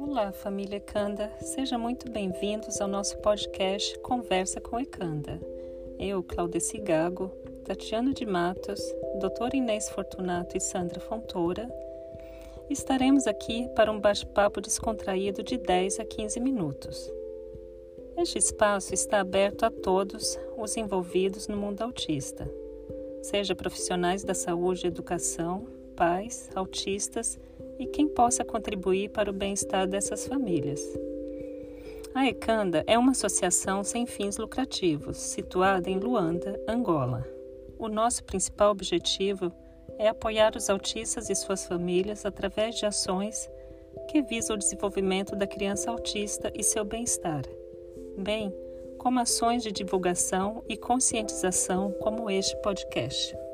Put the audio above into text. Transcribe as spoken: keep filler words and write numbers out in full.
Olá, família Ekanda, sejam muito bem-vindos ao nosso podcast Conversa com Ekanda. Eu, Claudeci Gago, Tatiana de Matos, doutora Inês Fortunato e Sandra Fontoura, estaremos aqui para um bate-papo descontraído de dez a quinze minutos. Este espaço está aberto a todos os envolvidos no mundo autista, seja profissionais da saúde e educação, pais, autistas e quem possa contribuir para o bem-estar dessas famílias. A Ekanda é uma associação sem fins lucrativos, situada em Luanda, Angola. O nosso principal objetivo é apoiar os autistas e suas famílias através de ações que visam o desenvolvimento da criança autista e seu bem-estar, bem como ações de divulgação e conscientização como este podcast.